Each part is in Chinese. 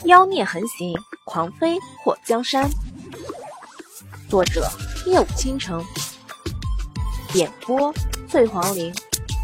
妖孽横行，狂飞破江山。作者：夜舞倾城，演播：醉黄林。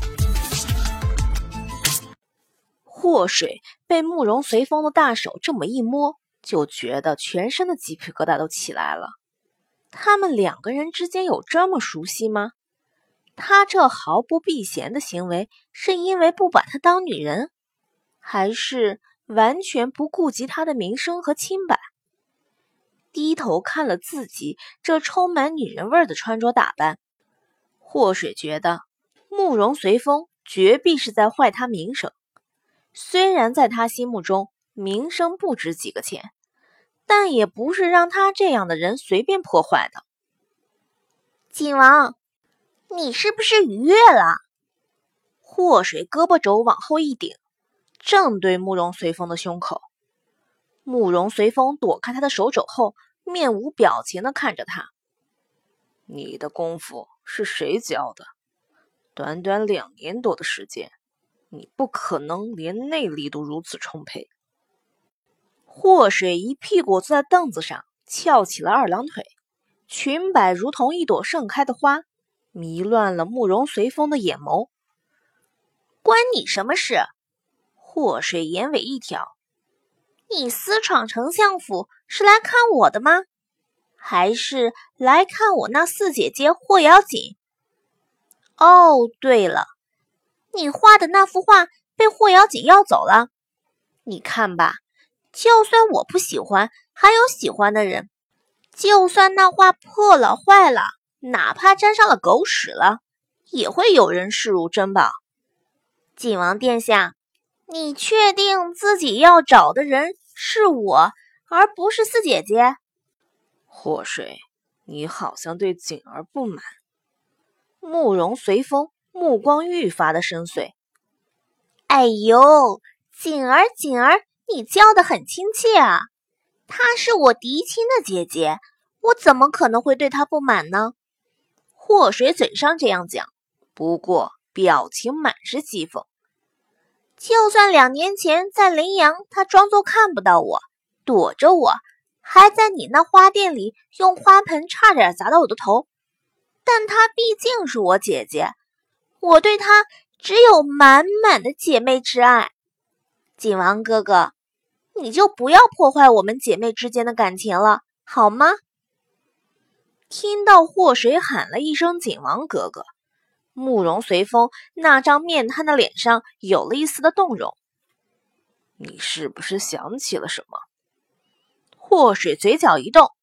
祸水被慕容随风的大手这么一摸，就觉得全身的鸡皮疙瘩都起来了。他们两个人之间有这么熟悉吗？他这毫不避嫌的行为，是因为不把她当女人，还是完全不顾及她的名声和清白？低头看了自己这充满女人味的穿着打扮，祸水觉得慕容随风绝必是在坏他名声。虽然在他心目中名声不值几个钱，但也不是让他这样的人随便破坏的。 景王，你是不是愉悦了？ 祸水胳膊肘往后一顶，正对慕容随风的胸口。慕容随风躲开他的手肘后，面无表情地看着他。你的功夫是谁教的？短短2年多的时间，你不可能连内力都如此充沛。祸水一屁股坐在凳子上，翘起了2郎腿，裙摆如同一朵盛开的花，迷乱了慕容随风的眼眸。 关你什么事？ 祸水眼尾一挑， 你私闯丞相府是来看我的吗？还是来看我那4姐姐霍瑶锦？哦，对了，你画的那幅画被霍瑶锦要走了。你看吧，就算我不喜欢，还有喜欢的人。就算那画破了坏了，哪怕沾上了狗屎了，也会有人视如珍宝。景王殿下，你确定自己要找的人是我，而不是4姐姐？ 祸水，你好像对景儿不满。慕容随风目光愈发的深邃。 哎呦，景儿，你叫得很亲切啊。她是我嫡亲的姐姐，我怎么可能会对她不满呢？ 祸水嘴上这样讲，不过表情满是讥讽。 就算2年前在临阳，她装作看不到我，躲着我，还在你那花店里用花盆差点砸到我的头，但她毕竟是我姐姐，我对她只有满满的姐妹之爱。景王哥哥，你就不要破坏我们姐妹之间的感情了，好吗？ 听到祸水喊了一声景王哥哥，慕容随风那张面瘫的脸上有了一丝的动容。你是不是想起了什么？祸水嘴角一动。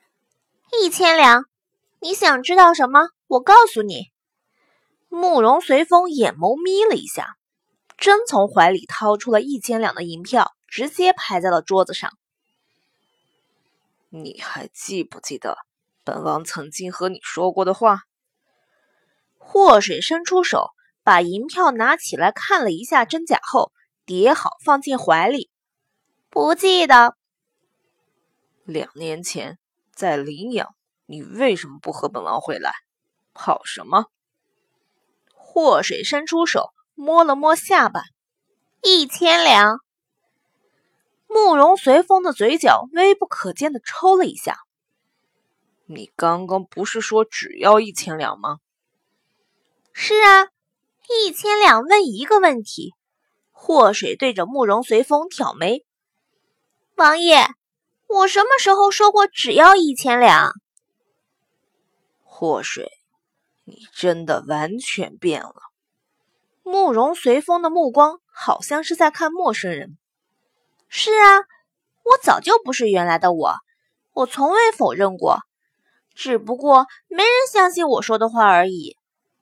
1000两，你想知道什么？我告诉你。 慕容随风眼眸眯了一下，真从怀里掏出了1000两的银票，直接拍在了桌子上。你还记不记得本王曾经和你说过的话？祸水伸出手，把银票拿起来看了一下真假后，叠好放进怀里。 不记得。 2年前在临阳，你为什么不和本王回来？跑什么？祸水伸出手摸了摸下巴。 1000两。 慕容随风的嘴角微不可见的抽了一下。你刚刚不是说只要1000两吗？ 是啊，1000两问一个问题。 祸水对着慕容随风挑眉。 王爷，我什么时候说过只要1000两？ 祸水，你真的完全变了。慕容随风的目光好像是在看陌生人。 是啊，我早就不是原来的我从未否认过，只不过没人相信我说的话而已。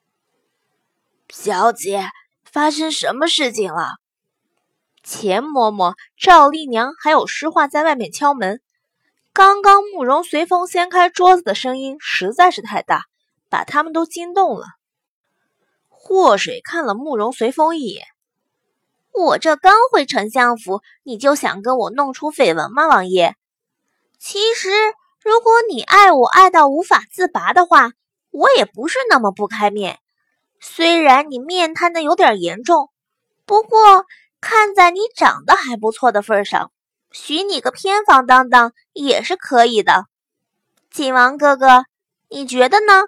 小姐，发生什么事情了？ 钱嬷嬷、赵丽娘还有诗画在外面敲门。刚刚慕容随风掀开桌子的声音实在是太大，把他们都惊动了。祸水看了慕容随风一眼。 我这刚回丞相府，你就想跟我弄出绯闻吗，王爷？其实，如果你爱我爱到无法自拔的话，我也不是那么不开面。虽然你面瘫的有点严重，不过看在你长得还不错的份上， 许你个偏房当当也是可以的。景王哥哥，你觉得呢？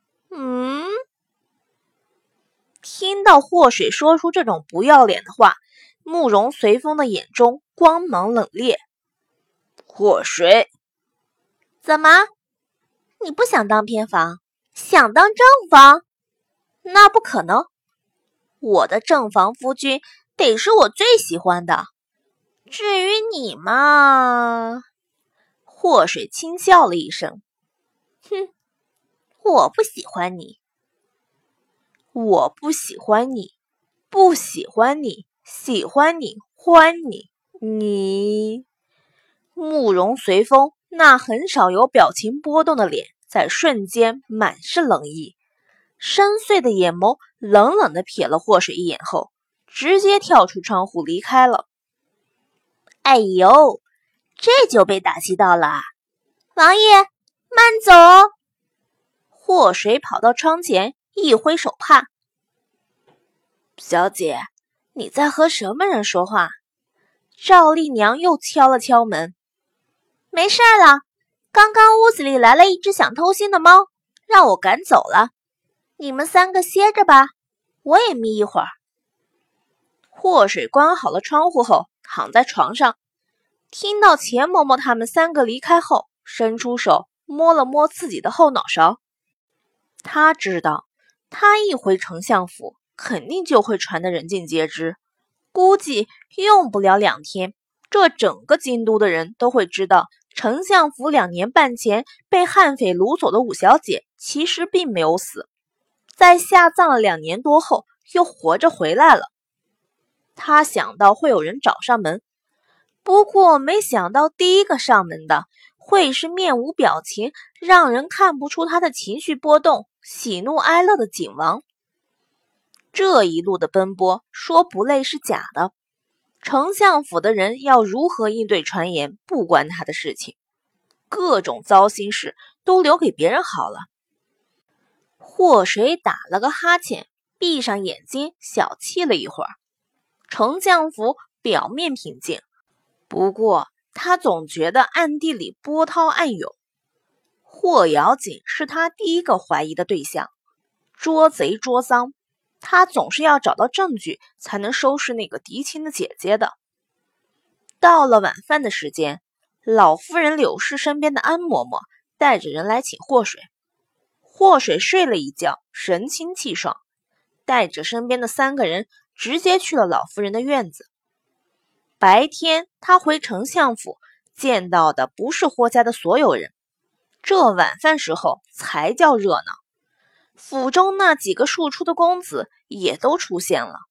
听到祸水说出这种不要脸的话，慕容随风的眼中光芒冷冽。祸水， 怎么？你不想当偏房，想当正房？那不可能，我的正房夫君得是我最喜欢的。至于你嘛， 祸水轻笑了一声， 哼，我不喜欢你。 我不喜欢你，不喜欢你，喜欢你，欢你，你。慕容随风那很少有表情波动的脸，在瞬间满是冷意，深邃的眼眸冷冷地瞥了祸水一眼后，直接跳出窗户离开了。 哎呦，这就被打击到了。王爷，慢走！ 祸水跑到窗前，一挥手帕。小姐，你在和什么人说话？赵丽娘又敲了敲门。 没事了，刚刚屋子里来了一只想偷腥的猫，让我赶走了。你们三个歇着吧，我也眯一会儿。 祸水关好了窗户后，躺在床上，听到钱嬷嬷他们三个离开后，伸出手摸了摸自己的后脑勺。他知道，他一回丞相府，肯定就会传得人尽皆知，估计用不了2天，这整个京都的人都会知道，丞相府2年半前被悍匪掳走的五小姐其实并没有死，在下葬了2年多后又活着回来了。他想到会有人找上门，不过没想到第一个上门的会是面无表情，让人看不出他的情绪波动、喜怒哀乐的景王。这一路的奔波，说不累是假的。丞相府的人要如何应对传言，不关他的事情，各种糟心事都留给别人好了。祸水打了个哈欠，闭上眼睛小憩了一会儿。丞相府表面平静，不过他总觉得暗地里波涛暗涌。霍瑶锦是他第一个怀疑的对象，捉贼捉赃，他总是要找到证据才能收拾那个嫡亲的姐姐的。到了晚饭的时间，老夫人柳氏身边的安嬷嬷带着人来请祸水。祸水睡了一觉，神清气爽，带着身边的3个人直接去了老夫人的院子。白天他回丞相府见到的不是霍家的所有人，这晚饭时候才叫热闹。府中那几个庶出的公子也都出现了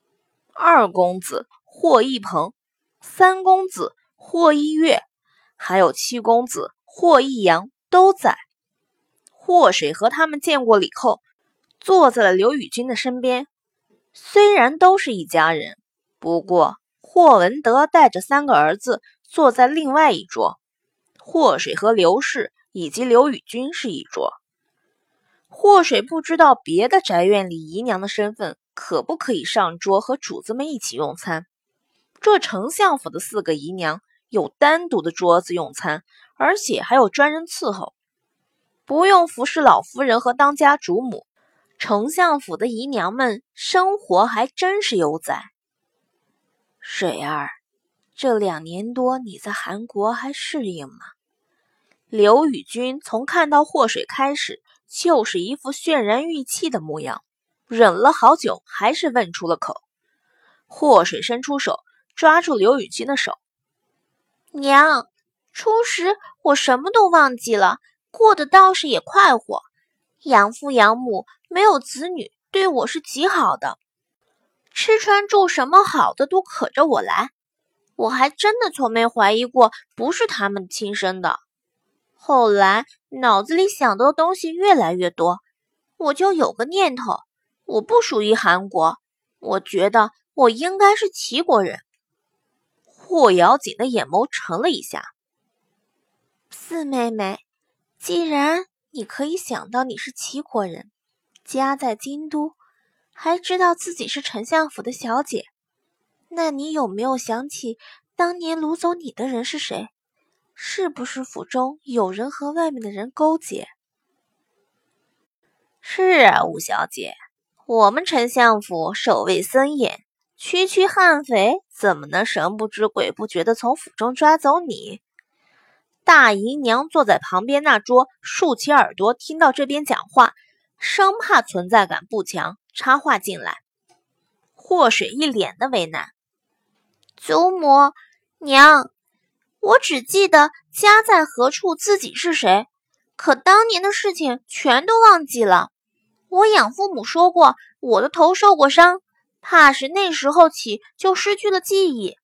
，2公子霍一鹏，3公子霍一月，还有7公子霍一阳都在。祸水和他们见过礼后，坐在了刘宇君的身边。虽然都是一家人，不过霍文德带着3个儿子坐在另外一桌，祸水和刘氏以及刘宇君是一桌。祸水不知道别的宅院里姨娘的身份可不可以上桌和主子们一起用餐，这丞相府的4个姨娘有单独的桌子用餐，而且还有专人伺候，不用服侍老夫人和当家主母。丞相府的姨娘们生活还真是悠哉。水儿，这2年多你在韩国还适应吗？刘宇君从看到祸水开始就是一副渲然欲泣的模样，忍了好久还是问出了口。祸水伸出手抓住刘宇君的手。 娘，初时我什么都忘记了，过得倒是也快活。养父养母没有子女，对我是极好的，吃穿住什么好的都可着我来，我还真的从没怀疑过不是他们亲生的。后来脑子里想到的东西越来越多，我就有个念头，我不属于韩国，我觉得我应该是齐国人。 霍瑶锦的眼眸沉了一下。 四妹妹，既然你可以想到你是齐国人，家在京都，还知道自己是丞相府的小姐，那你有没有想起当年掳走你的人是谁？是不是府中有人和外面的人勾结？ 是啊，吴小姐，我们丞相府守卫森严，区区悍匪怎么能神不知鬼不觉地从府中抓走你？大姨娘坐在旁边那桌，竖起耳朵听到这边讲话，生怕存在感不强，插话进来。祸水一脸的为难。 祖母娘，我只记得家在何处，自己是谁，可当年的事情全都忘记了。我养父母说过，我的头受过伤，怕是那时候起就失去了记忆。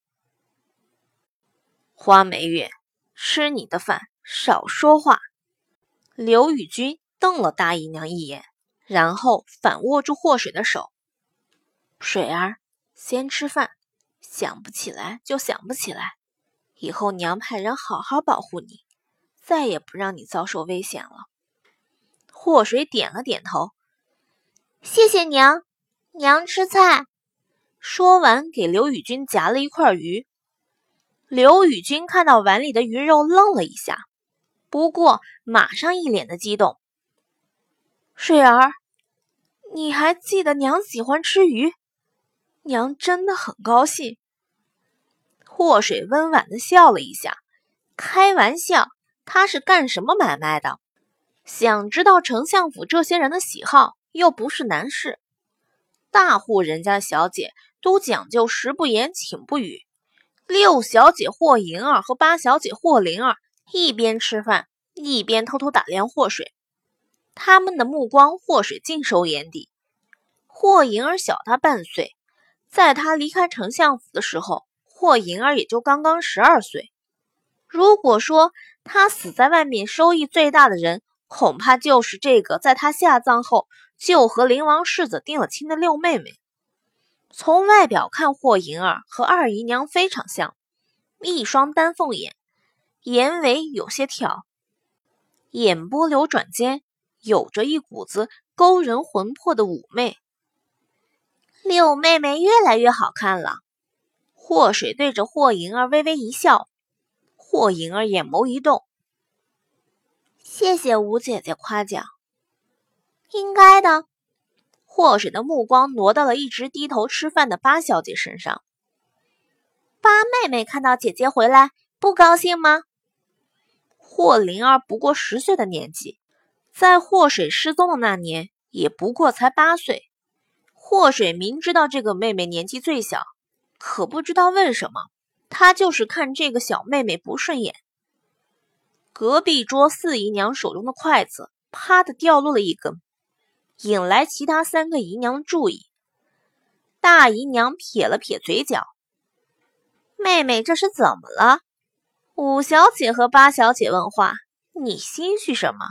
花梅月，吃你的饭，少说话。刘宇君瞪了大姨娘一眼，然后反握住祸水的手。水儿，先吃饭，想不起来就想不起来，以后娘派人好好保护你，再也不让你遭受危险了。祸水点了点头， 谢谢娘，娘吃菜。 说完给刘宇君夹了一块鱼。刘宇君看到碗里的鱼肉愣了一下，不过马上一脸的激动。水儿，你还记得娘喜欢吃鱼？娘真的很高兴。祸水温婉的笑了一下，开玩笑，他是干什么买卖的？想知道丞相府这些人的喜好，又不是难事。大户人家小姐都讲究食不言，寝不语。六小姐霍银儿和八小姐霍灵儿一边吃饭，一边偷偷打量祸水。他们的目光，祸水尽收眼底。霍银儿小他半岁，在他离开丞相府的时候，霍银儿也就刚刚12岁。如果说他死在外面收益最大的人，恐怕就是这个在他下葬后就和灵王世子定了亲的六妹妹。从外表看，霍银儿和二姨娘非常像，一双丹凤眼，眼尾有些挑，眼波流转间有着一股子勾人魂魄的妩媚。 六妹妹越来越好看了。 祸水对着霍银儿微微一笑，霍银儿眼眸一动。谢谢吴姐姐夸奖。 应该的。 祸水的目光挪到了一直低头吃饭的八小姐身上。 八妹妹看到姐姐回来，不高兴吗？ 霍灵儿不过10岁的年纪，在祸水失踪的那年，也不过才8岁。祸水明知道这个妹妹年纪最小，可不知道为什么，她就是看这个小妹妹不顺眼。隔壁桌四姨娘手中的筷子啪的掉落了一根，引来其他3个姨娘的注意。大姨娘撇了撇嘴角，妹妹这是怎么了？五小姐和八小姐问话，你心虚什么？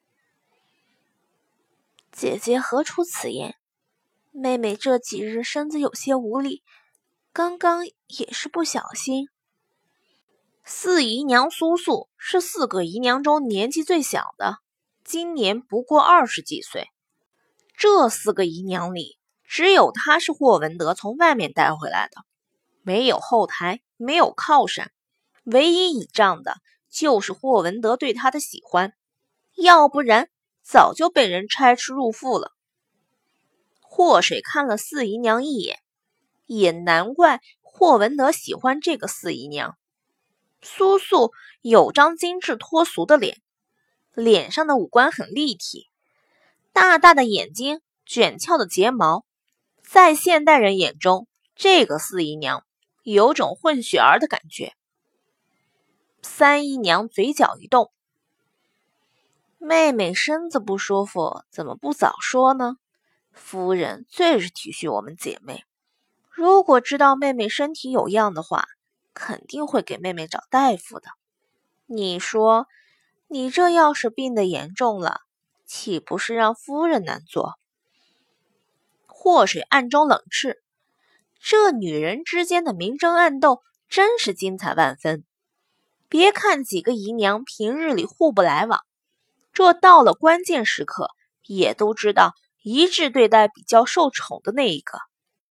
姐姐何出此言？妹妹这几日身子有些无力，刚刚也是不小心。四姨娘苏素是4个姨娘中年纪最小的，今年不过20几岁。这4个姨娘里，只有她是霍文德从外面带回来的，没有后台，没有靠山，唯一倚仗的就是霍文德对她的喜欢，要不然早就被人拆吃入腹了。祸水看了四姨娘一眼，也难怪霍文德喜欢这个四姨娘。苏素有张精致脱俗的脸，脸上的五官很立体，大大的眼睛，卷翘的睫毛，在现代人眼中，这个四姨娘有种混血儿的感觉。三姨娘嘴角一动，妹妹身子不舒服，怎么不早说呢？夫人最是体恤我们姐妹，如果知道妹妹身体有恙的话，肯定会给妹妹找大夫的。你说，你这要是病得严重了，岂不是让夫人难做？祸水暗中冷斥，这女人之间的明争暗斗真是精彩万分。别看几个姨娘平日里互不来往，这到了关键时刻，也都知道一致对待比较受宠的那一个。